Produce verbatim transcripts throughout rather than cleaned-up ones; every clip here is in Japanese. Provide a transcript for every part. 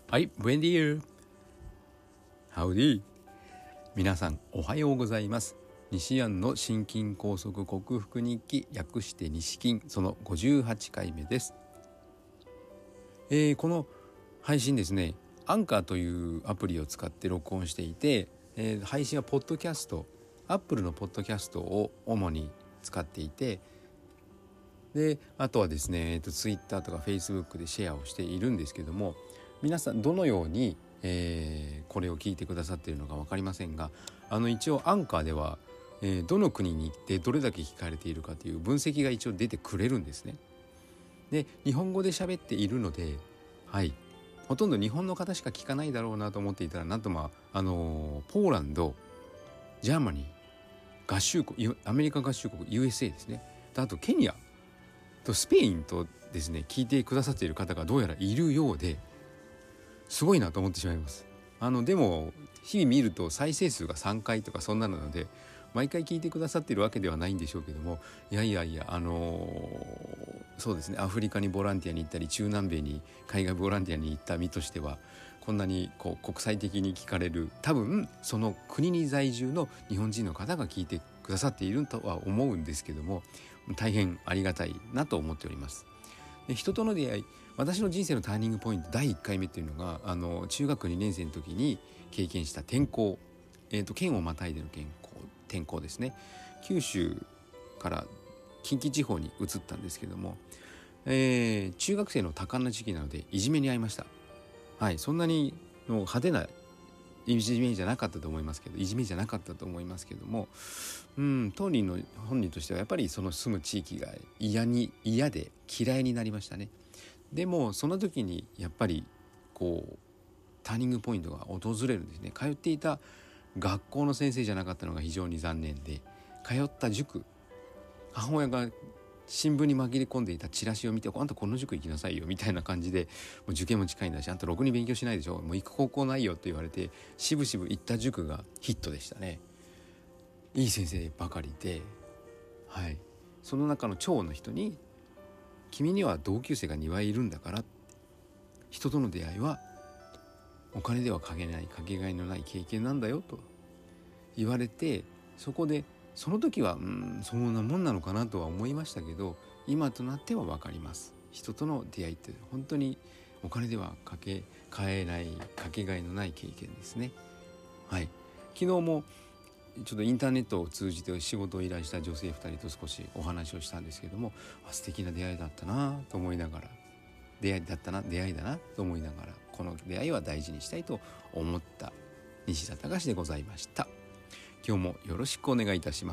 はい、ブエンディーハウディ。皆さんおはようございます。西安の心筋梗塞克服日記、略して西筋、そのごじゅうはちかいめです。えー、この配信ですね、アンカーというアプリを使って録音していて、えー、配信はポッドキャスト、アップルのポッドキャストを主に使っていて、であとはですね、えーと、ツイッターとかフェイスブックでシェアをしているんですけども、皆さんどのように、えー、これを聞いてくださっているのか分かりませんが、あの一応アンカーでは、えー、どの国に行ってどれだけ聞かれているかという分析が一応出てくれるんですね。で日本語で喋っているので、はいほとんど日本の方しか聞かないだろうなと思っていたら、なんとまああのー、ポーランド、ジャーマニー、合衆国、アメリカ合衆国 ユーエスエー ですね。あとケニアとスペインとですね、聞いてくださっている方がどうやらいるようで、すごいなと思ってしまいます。あのでも日々見ると再生数がさんかいとかそんなので、毎回聞いてくださっているわけではないんでしょうけども、いやいやいや、あのー、そうですね、アフリカにボランティアに行ったり、中南米に海外ボランティアに行った身としては、こんなにこう国際的に聞かれる、多分その国に在住の日本人の方が聞いてくださっているとは思うんですけども、大変ありがたいなと思っております。で人との出会い、私の人生のターニングポイントだいいっかいめっていうのが、あの中学にねん生の時に経験した転校、えーと、県をまたいでの転校転校ですね。九州から近畿地方に移ったんですけども、えー、中学生の多感な時期なのでいじめに遭いました。はい、そんなにの派手ないじめじゃなかったと思いますけどいじめじゃなかったと思いますけども、うん当人の本人としてはやっぱりその住む地域が嫌に嫌で嫌いになりましたね。でもその時にやっぱりこうターニングポイントが訪れるんですね。通っていた学校の先生じゃなかったのが非常に残念で、通った塾、母親が新聞に紛れ込んでいたチラシを見て、あんたこの塾行きなさいよみたいな感じで、もう受験も近いんだし、あんたろくに勉強しないでしょ、もう行く方向ないよって言われて、しぶしぶ行った塾がヒットでしたね。いい先生ばかりで、はい、その中の長の人に、君には同級生がにはいいるんだから、人との出会いはお金ではかけない、かけがえのない経験なんだよと言われて、そこでその時はうんそんなもんなのかなとは思いましたけど、今となっては分かります。人との出会いって本当にお金ではかけ買えない、かけがえのない経験ですね。はい、昨日もちょっとインターネットを通じて仕事を依頼した女性ふたりと少しお話をしたんですけども、あ素敵な出会いだったなと思いながら、出会いだったな出会いだなと思いながら、この出会いは大事にしたいと思った西田隆でございました。今日もよろしくお願いいたします。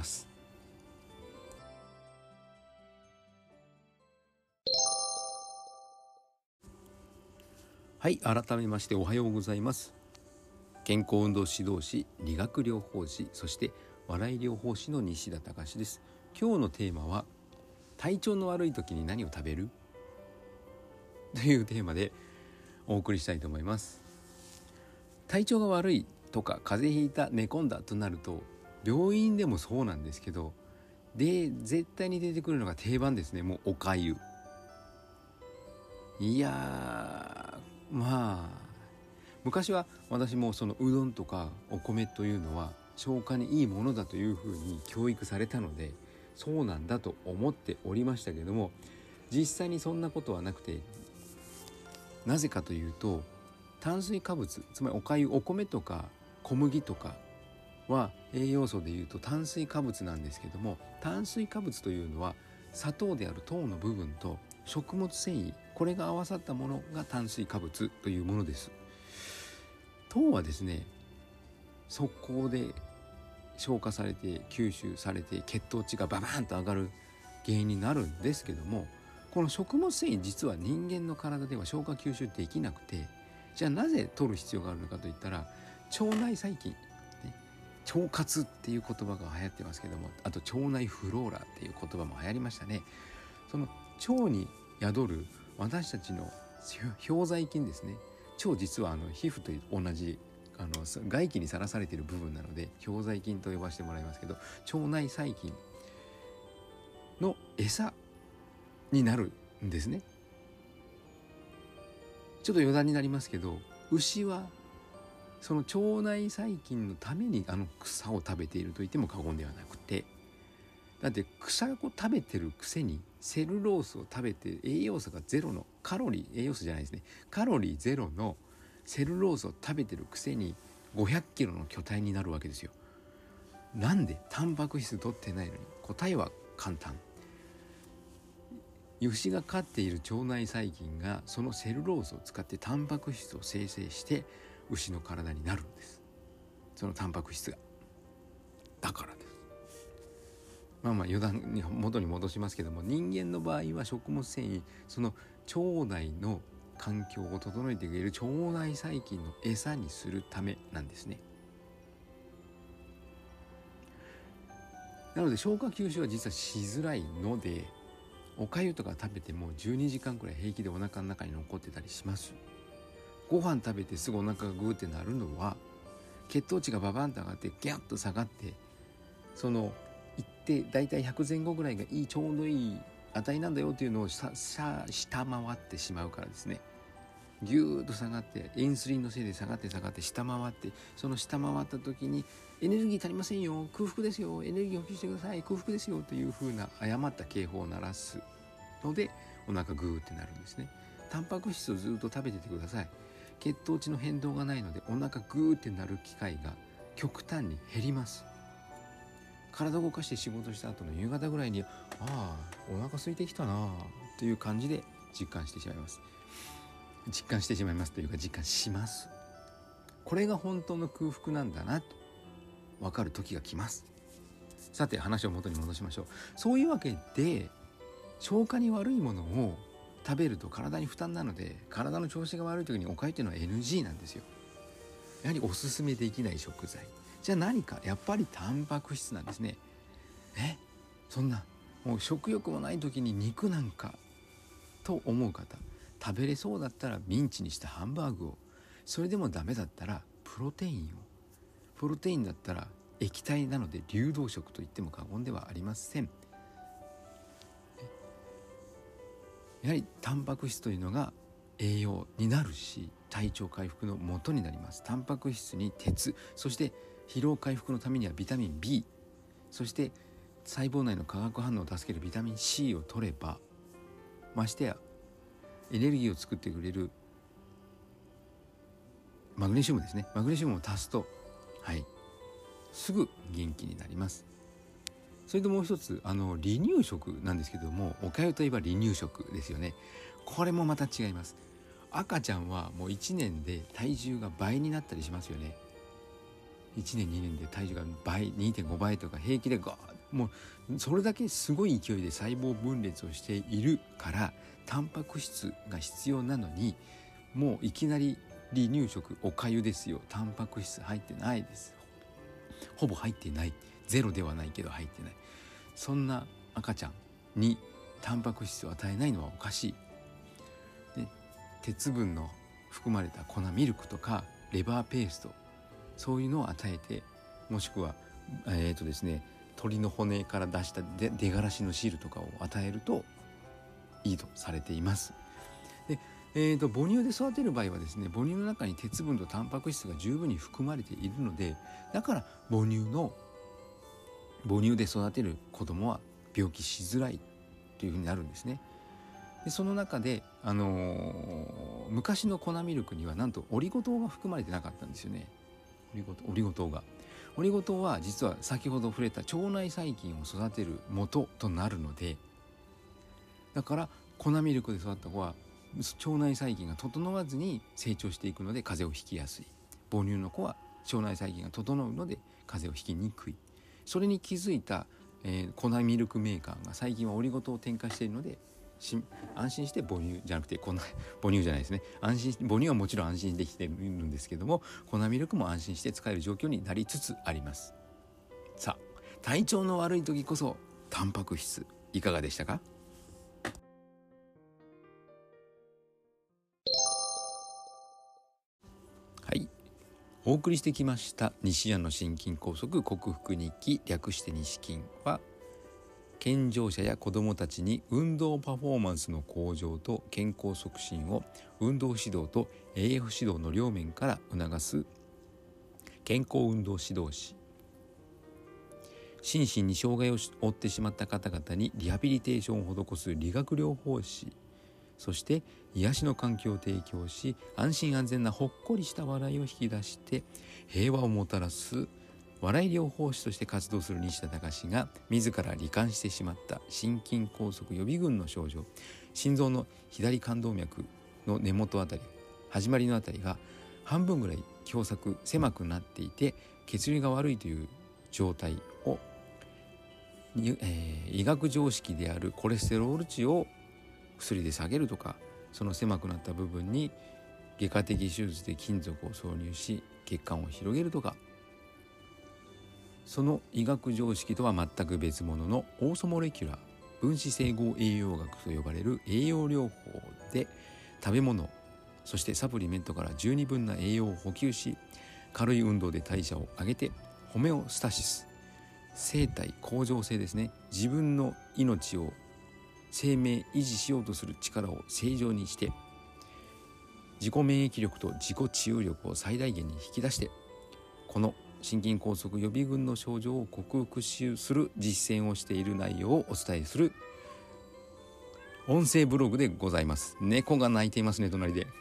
はい、改めましておはようございます。健康運動指導士、理学療法士、そして笑い療法士の西田隆です。今日のテーマは、体調の悪い時に何を食べるというテーマでお送りしたいと思います。体調が悪いとか風邪ひいた、寝込んだとなると、病院でもそうなんですけど、で絶対に出てくるのが定番ですね。もうおかゆ。いやーまあ昔は私もそのうどんとかお米というのは消化にいいものだというふうに教育されたので、そうなんだと思っておりましたけども、実際にそんなことはなくて、なぜかというと、炭水化物、つまりおかゆ、お米とか小麦とかは栄養素でいうと炭水化物なんですけども、炭水化物というのは砂糖である糖の部分と食物繊維、これが合わさったものが炭水化物というものです。糖はですね、速攻で消化されて吸収されて血糖値がババーンと上がる原因になるんですけども、この食物繊維、実は人間の体では消化吸収できなくて、じゃあなぜ取る必要があるのかといったら、腸内細菌、腸活っていう言葉が流行ってますけども、あと腸内フローラっていう言葉も流行りましたね。その腸に宿る私たちの表細菌ですね。腸、実はあの皮膚と同じあの外気にさらされている部分なので、表細菌と呼ばせてもらいますけど、腸内細菌の餌になるんですね。ちょっと余談になりますけど、 牛はその腸内細菌のためにあの草を食べていると言っても過言ではなくて、だって草を食べてるくせにセルロースを食べて栄養素がゼロのカロリー栄養素じゃないですねカロリーゼロのセルロースを食べてるくせにごひゃっキロの巨体になるわけですよ。なんでタンパク質取ってないのに？答えは簡単。牛が飼っている腸内細菌がそのセルロースを使ってタンパク質を生成して牛の体になるんです。そのタンパク質がだからです。まあまあ余談に元に戻しますけども、人間の場合は食物繊維、その腸内の環境を整えてくれる腸内細菌の餌にするためなんですね。なので消化吸収は実はしづらいので、おかゆとか食べてもじゅうにじかんくらい平気でお腹の中に残ってたりします。ご飯食べてすぐお腹がグーってなるのは、血糖値がババンと上がってギャッと下がって、その一定だいたいひゃくぜん後ぐらいがいいちょうどいい値なんだよっていうのをささ下回ってしまうからですね。ギューッと下がって、インスリンのせいで下がって下がって下回って、その下回った時にエネルギー足りませんよ、空腹ですよ、エネルギー補給してください、空腹ですよという風な誤った警報を鳴らすので、お腹グーってなるんですね。タンパク質をずっと食べててください。血糖値の変動がないので、お腹グーってなる機会が極端に減ります。体を動かして仕事した後の夕方ぐらいに、ああお腹空いてきたなという感じで実感してしまいます実感してしまいますというか実感します。これが本当の空腹なんだなと分かる時が来ます。さて話を元に戻しましょう。そういうわけで、消化に悪いものを食べると体に負担なので、体の調子が悪い時におかゆというのは エヌジー なんですよ。やはりおすすめできない食材。じゃあ何か？やっぱりタンパク質なんですね。えそんなもう食欲もない時に肉なんかと思う方、食べれそうだったらミンチにしたハンバーグを、それでもダメだったらプロテインを、プロテインだったら液体なので流動食と言っても過言ではありません。やはりタンパク質というのが栄養になるし、体調回復の元になります。タンパク質に鉄、そして疲労回復のためにはビタミン ビー、 そして細胞内の化学反応を助けるビタミン シー を取れば、ましてやエネルギーを作ってくれるマグネシウムですね。マグネシウムを足すと、はい、すぐ元気になります。それともう一つ、あの離乳食なんですけども、おかゆといえば離乳食ですよね。これもまた違います。赤ちゃんはもういちねんで体重が倍になったりしますよね。いちねんにねんで体重が倍、 にてんご 倍とか平気でガーッ、もうそれだけすごい勢いで細胞分裂をしているから、タンパク質が必要なのに、もういきなり離乳食おかゆですよ。タンパク質入ってないです。ほぼ入ってない、ゼロではないけど入ってない。そんな赤ちゃんにタンパク質を与えないのはおかしい。で、鉄分の含まれた粉ミルクとかレバーペースト、そういうのを与えて、もしくはえーとですね鶏の骨から出したで出がらしの汁とかを与えるといいとされています。で、えーと母乳で育てる場合はですね、母乳の中に鉄分とタンパク質が十分に含まれているので、だから母乳の母乳で育てる子供は病気しづらいというふうになるんですね。でその中で、あのー、昔の粉ミルクにはなんとオリゴ糖が含まれてなかったんですよね。オリゴ糖、オリゴ糖がオリゴ糖は実は先ほど触れた腸内細菌を育てる元となるので、だから粉ミルクで育った子は腸内細菌が整わずに成長していくので風邪をひきやすい。母乳の子は腸内細菌が整うので風邪をひきにくい。それに気づいた、えー、粉ミルクメーカーが最近はオリゴ糖を添加しているので、安心して母乳じゃなくて粉母乳じゃないですね安心母乳はもちろん安心できているんですけども、粉ミルクも安心して使える状況になりつつあります。さあ、体調の悪い時こそタンパク質いかがでしたか？はい、お送りしてきました西安の心筋梗塞克服日記、略して西筋は健常者や子どもたちに運動パフォーマンスの向上と健康促進を運動指導と エーエフ 指導の両面から促す健康運動指導士、心身に障害を負ってしまった方々にリハビリテーションを施す理学療法士、そして癒しの環境を提供し、安心安全なほっこりした笑いを引き出して平和をもたらす笑い療法士として活動する西田隆が自ら罹患してしまった心筋梗塞予備軍の症状、心臓の左冠動脈の根元あたり、始まりのあたりが半分ぐらい狭窄狭くなっていて血流が悪いという状態を、えー、医学常識であるコレステロール値を薬で下げるとか、その狭くなった部分に外科的手術で金属を挿入し血管を広げるとか、その医学常識とは全く別物のオーソモレキュラー分子整合栄養学と呼ばれる栄養療法で、食べ物そしてサプリメントから十二分な栄養を補給し、軽い運動で代謝を上げてホメオスタシス、生体向上性ですね、自分の命を生命維持しようとする力を正常にして、自己免疫力と自己治癒力を最大限に引き出して、この心筋梗塞予備軍の症状を克服する実践をしている内容をお伝えする音声ブログでございます。猫が鳴いていますね、隣で。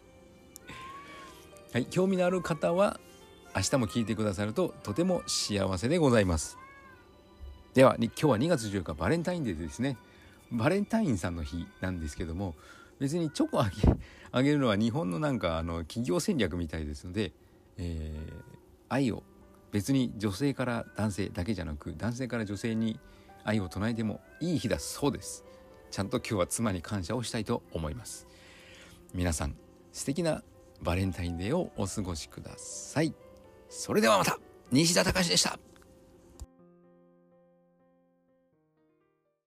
はい、興味のある方は明日も聞いてくださるととても幸せでございます。では今日はにがつじゅうよっかバレンタインデーですね。バレンタインさんの日なんですけども、別にチョコあげ、あげるのは日本のなんかあの企業戦略みたいですので、えー、愛を別に女性から男性だけじゃなく、男性から女性に愛を唱えてもいい日だそうです。ちゃんと今日は妻に感謝をしたいと思います。皆さん素敵なバレンタインデーをお過ごしください。それではまた。西田隆でした。